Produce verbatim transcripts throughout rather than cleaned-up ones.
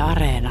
Areena.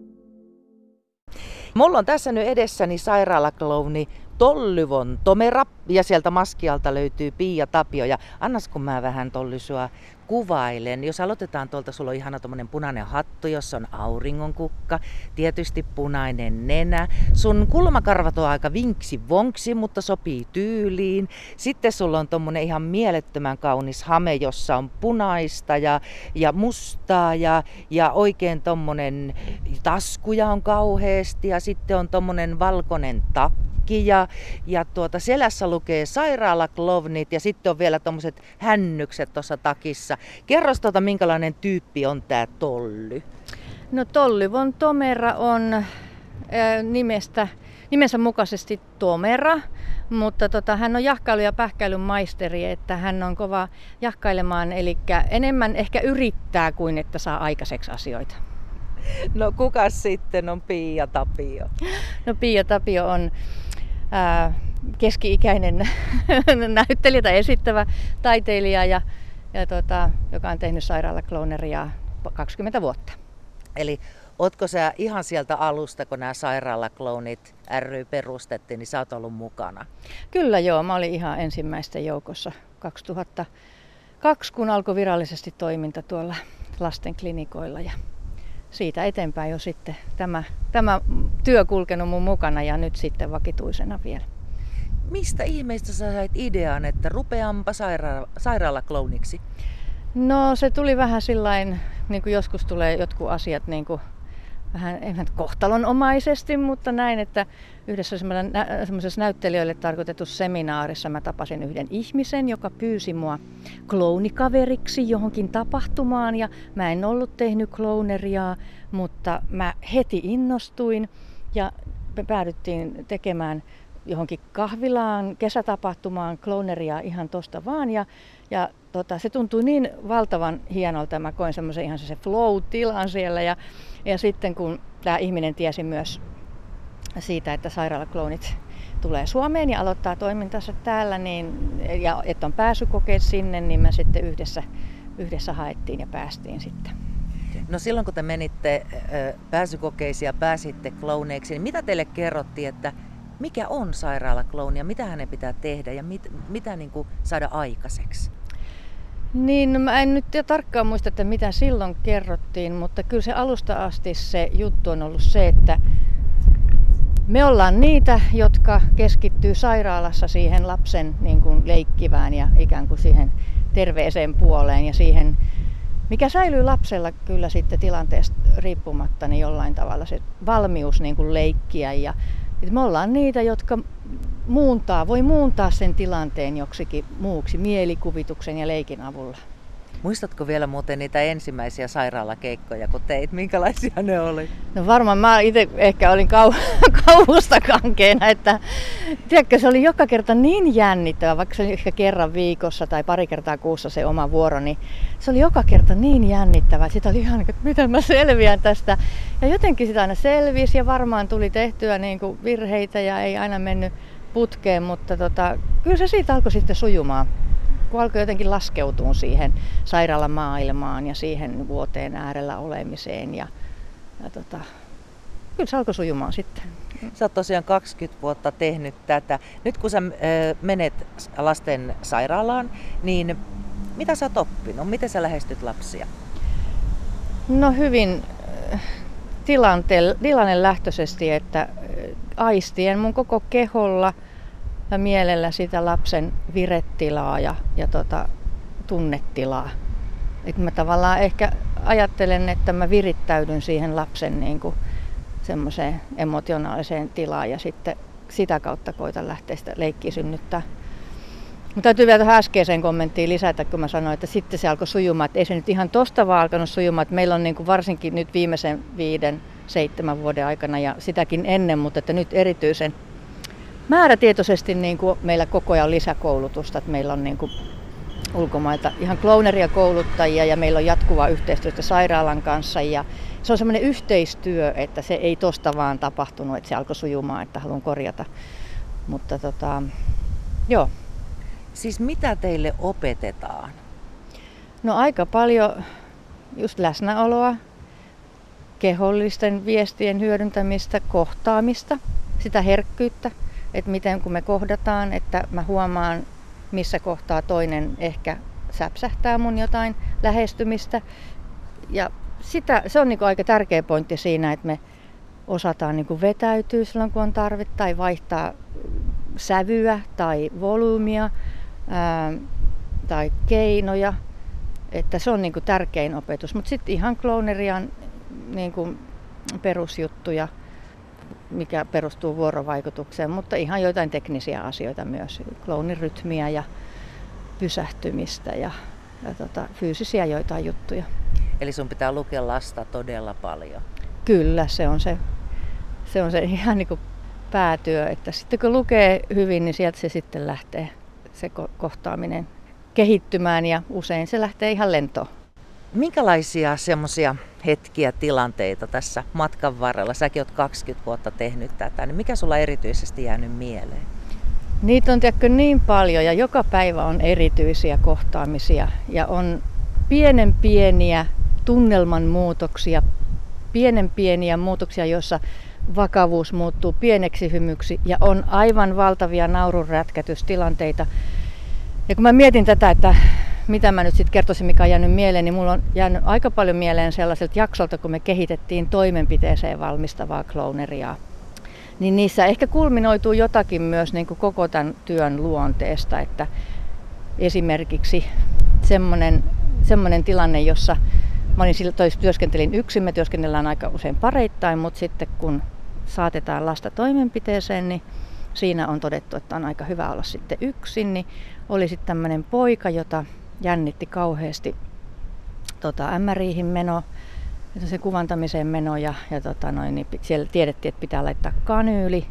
Mulla on tässä nyt edessäni sairaalaklouni Tollyvon Tomera ja sieltä maskialta löytyy Pia Tapio. Ja annas kun mä vähän Tolly sua kuvailen. Jos aloitetaan tuolta, sulla on ihana tommonen punainen hattu, jossa on auringonkukka, tietysti punainen nenä. Sun kulmakarvat on aika vinksi vonksi, mutta sopii tyyliin. Sitten sulla on tommonen ihan mielettömän kaunis hame, jossa on punaista ja, ja mustaa ja, ja oikein tommonen taskuja on kauheasti ja sitten on tommonen valkoinen takki. Ja, ja tuota, selässä lukee sairaalaklovnit ja sitten on vielä tommoset hännykset tuossa takissa. Kerros tuota, minkälainen tyyppi on tää Tolly? No Tollyvon Tomera on ää, nimestä, nimensä mukaisesti Tomera, mutta tota, hän on jahkailu- ja pähkäilyn maisteri, että hän on kova jahkailemaan, eli enemmän ehkä yrittää kuin että saa aikaiseksi asioita. No kuka sitten on Pia Tapio? No Pia Tapio on ää, keski-ikäinen näyttelijä tai esittävä taiteilija, ja, ja tota, joka on tehnyt sairaalaklouneria kaksikymmentä vuotta. Eli ootko sä ihan sieltä alusta, kun nämä sairaalaklounit ry perustettiin, niin sä oot ollut mukana? Kyllä joo, mä olin ihan ensimmäisten joukossa kaksituhattakaksi, kun alkoi virallisesti toiminta tuolla lastenklinikoilla. Ja siitä eteenpäin jo sitten tämä, tämä työ kulkenut mun mukana ja nyt sitten vakituisena vielä. Mistä ihmeistä sä sait idean, että rupeanpa saira- sairaalaklouniksi? No se tuli vähän sillain, niin kuin joskus tulee jotkut asiat niin kuin vähän ei kohtalonomaisesti, mutta näin, että yhdessä semmoisessa näyttelijöille tarkoitetussa seminaarissa mä tapasin yhden ihmisen, joka pyysi mua klounikaveriksi johonkin tapahtumaan, ja mä en ollut tehnyt klouneria, mutta mä heti innostuin ja me päädyttiin tekemään johonkin kahvilaan, kesätapahtumaan klouneria ihan tosta vaan, ja, ja tota, se tuntui niin valtavan hienolta, mä koin semmoisen ihan se flow-tilan siellä, ja, ja sitten kun tämä ihminen tiesi myös siitä, että sairaalaklounit tulee Suomeen ja aloittaa toimintansa täällä, niin, ja että on pääsykokeet sinne, niin me sitten yhdessä, yhdessä haettiin ja päästiin sitten. No silloin kun te menitte ö, pääsykokeisiin ja pääsitte klouneiksi, niin mitä teille kerrottiin, että mikä on sairaalaklouni ja mitä hänen pitää tehdä ja mit, mitä niin kuin saada aikaiseksi? Niin, no mä en nyt tarkkaan muista, että mitä silloin kerrottiin, mutta kyllä se alusta asti se juttu on ollut se, että me ollaan niitä, jotka keskittyy sairaalassa siihen lapsen niin kuin leikkivään ja ikään kuin siihen terveeseen puoleen ja siihen, mikä säilyy lapsella kyllä sitten tilanteesta riippumatta, niin jollain tavalla se valmius niin kuin leikkiä. Ja me ollaan niitä, jotka muuntaa, voi muuntaa sen tilanteen joksikin muuksi mielikuvituksen ja leikin avulla. Muistatko vielä muuten niitä ensimmäisiä sairaalakeikkoja, kun teit? Minkälaisia ne oli? No varmaan mä itse ehkä olin kau- kauhusta kankeena, että tiedätkö, se oli joka kerta niin jännittävä, vaikka se oli ehkä kerran viikossa tai pari kertaa kuussa se oma vuoro, niin se oli joka kerta niin jännittävä, että sitä oli ihan, että miten mä selviän tästä. Ja jotenkin sitä aina selvisi ja varmaan tuli tehtyä niin kuin virheitä ja ei aina mennyt putkeen, mutta tota, kyllä se siitä alkoi sitten sujumaan. Kun alkoi jotenkin laskeutua siihen sairaalamaailmaan ja siihen vuoteen äärellä olemiseen. Ja, ja tota, kyllä se alkoi sujumaan sitten. Sä oot tosiaan kaksikymmentä vuotta tehnyt tätä. Nyt kun sä äh, menet lasten sairaalaan, niin mitä sä oot oppinut? Miten sä lähestyt lapsia? No hyvin äh, tilante- tilannelähtöisesti, että äh, aistien mun koko keholla ja mielellä sitä lapsen viretilaa ja, ja tota, tunnetilaa. Et mä tavallaan ehkä ajattelen, että mä virittäydyn siihen lapsen niin kuin semmoiseen emotionaaliseen tilaan ja sitten sitä kautta koitan lähteä sitä leikkiä synnyttää. Mutta täytyy vielä tuohon äskeiseen kommenttiin lisätä, kun mä sanoin, että sitten se alkoi sujumaan. Että ei se nyt ihan tosta vaan alkanut sujumaan. Että meillä on niin kuin varsinkin nyt viimeisen viiden, seitsemän vuoden aikana ja sitäkin ennen, mutta että nyt erityisen määrätietoisesti niin kuin meillä koko ajan on lisäkoulutusta, että meillä on niin kuin ulkomailta ihan klouneria kouluttajia ja meillä on jatkuvaa yhteistyötä sairaalan kanssa ja se on semmoinen yhteistyö, että se ei tosta vaan tapahtunut, että se alkoi sujumaan, että haluan korjata, mutta tota, joo. Siis mitä teille opetetaan? No aika paljon just läsnäoloa, kehollisten viestien hyödyntämistä, kohtaamista, sitä herkkyyttä, että miten kun me kohdataan, että mä huomaan, missä kohtaa toinen ehkä säpsähtää mun jotain lähestymistä. Ja sitä, se on niin kuin aika tärkeä pointti siinä, että me osataan niin kuin vetäytyä silloin, kun on tarve, tai vaihtaa sävyä tai volyymia ää, tai keinoja. Että se on niin kuin tärkein opetus. Mutta sitten ihan kloonerian niin kuin perusjuttuja, mikä perustuu vuorovaikutukseen, mutta ihan joitain teknisiä asioita myös. Kloonirytmiä ja pysähtymistä ja, ja tota, fyysisiä joitain juttuja. Eli sun pitää lukea lasta todella paljon. Kyllä, se on se, se, on se ihan niin kuin päätyö. Että sitten kun lukee hyvin, niin sieltä se sitten lähtee se ko- kohtaaminen kehittymään ja usein se lähtee ihan lentoon. Minkälaisia semmoisia hetkiä, tilanteita tässä matkan varrella? Säkin oot kaksikymmentä vuotta tehnyt tätä, niin mikä sulla erityisesti jäänyt mieleen? Niitä on tiedätkö niin paljon ja joka päivä on erityisiä kohtaamisia ja on pienen pieniä tunnelman muutoksia, pienen pieniä muutoksia, joissa vakavuus muuttuu pieneksi hymyksi ja on aivan valtavia naurunrätkätystilanteita. Ja kun mä mietin tätä, että mitä mä nyt sitten kertoisin, mikä on jäänyt mieleen, niin mulla on jäänyt aika paljon mieleen sellaiselta jaksolta, kun me kehitettiin toimenpiteeseen valmistavaa klooneriaa. Niin niissä ehkä kulminoituu jotakin myös niin kuin koko tämän työn luonteesta, että esimerkiksi semmoinen, semmoinen tilanne, jossa mä olin silloin, työskentelin yksin, me työskennellään aika usein pareittain, mutta sitten kun saatetaan lasta toimenpiteeseen, niin siinä on todettu, että on aika hyvä olla sitten yksin, niin oli sitten tämmöinen poika, jota jännitti kauheasti tota, M R I:hin meno, se kuvantamiseen meno ja, ja tota noin, niin siellä tiedettiin, että pitää laittaa kanyyli.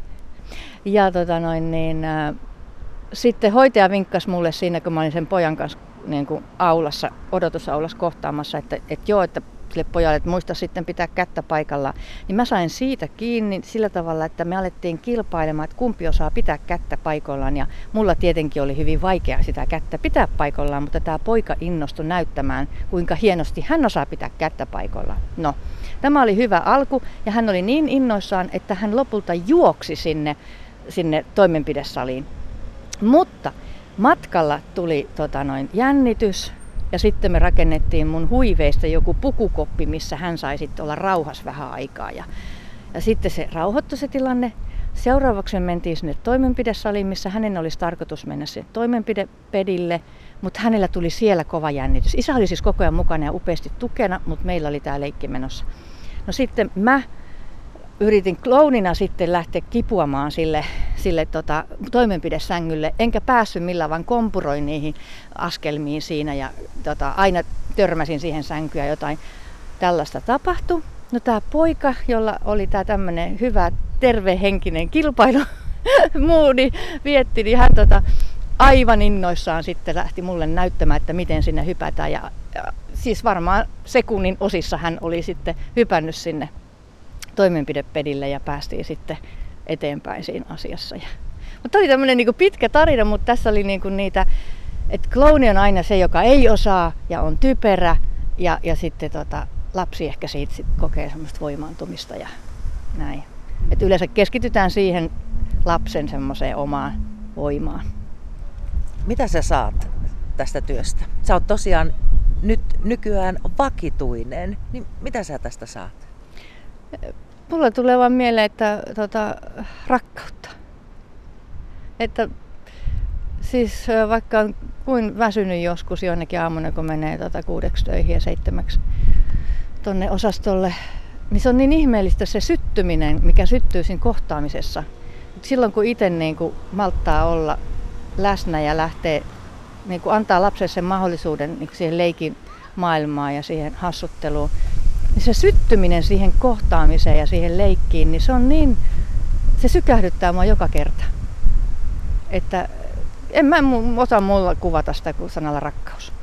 Ja tota noin, niin, ä, sitten hoitaja vinkkasi mulle siinä, kun mä olin sen pojan kanssa niin kuin aulassa, odotusaulassa kohtaamassa, että, että joo, että sille pojalle, että muista sitten pitää kättä paikallaan. Niin mä sain siitä kiinni sillä tavalla, että me alettiin kilpailemaan, että kumpi osaa pitää kättä paikallaan. Ja mulla tietenkin oli hyvin vaikea sitä kättä pitää paikallaan, mutta tämä poika innostui näyttämään, kuinka hienosti hän osaa pitää kättä paikallaan. No, tämä oli hyvä alku ja hän oli niin innoissaan, että hän lopulta juoksi sinne, sinne toimenpidesaliin. Mutta matkalla tuli tota noin, jännitys. Ja sitten me rakennettiin mun huiveista joku pukukoppi, missä hän sai sitten olla rauhassa vähän aikaa. Ja, ja sitten se rauhoittui se tilanne. Seuraavaksi me mentiin sinne toimenpidesaliin, missä hänen olisi tarkoitus mennä sinne toimenpidepedille, mutta hänellä tuli siellä kova jännitys. Isä oli siis koko ajan mukana ja upeasti tukena, mutta meillä oli tämä leikki menossa. No sitten mä yritin kloonina sitten lähteä kipuamaan sille, sille tota, toimenpidesängylle, enkä päässyt millään, vaan kompuroin niihin askelmiin siinä ja tota, aina törmäsin siihen sänkyyn ja jotain tällaista tapahtui. No tämä poika, jolla oli tämä tämmöinen hyvä tervehenkinen kilpailu moodi vietti, niin hän tota, aivan innoissaan sitten lähti mulle näyttämään, että miten sinne hypätään. Ja, ja, siis varmaan sekunnin osissa hän oli sitten hypännyt sinne toimenpidepedille ja päästiin sitten eteenpäin siinä asiassa. Mutta oli tämmöinen niinku pitkä tarina, mutta tässä oli niinku niitä, että klooni on aina se, joka ei osaa ja on typerä ja, ja sitten tota, lapsi ehkä siitä sit kokee semmoista voimaantumista ja näin. Et yleensä keskitytään siihen lapsen semmoiseen omaan voimaan. Mitä sä saat tästä työstä? Sä oot tosiaan nyt nykyään vakituinen, niin mitä sä tästä saat? Mulla tulee vaan mieleen, että tota, rakkautta. Että siis vaikka on kuin väsynyt joskus jonnekin aamuna, kun menee tota, kuudeksi töihin ja seitsemäksi tonne osastolle, niin se on niin ihmeellistä se syttyminen, mikä syttyy siinä kohtaamisessa. Et silloin kun itse niin kuin malttaa olla läsnä ja lähtee, niin kuin antaa lapselle sen mahdollisuuden niin kuin siihen leikin maailmaan ja siihen hassutteluun, niin se syttyminen siihen kohtaamiseen ja siihen leikkiin, niin se on niin, se sykähdyttää mua joka kerta. Että en mä osaa mulla kuvata sitä kuin sanalla rakkaus.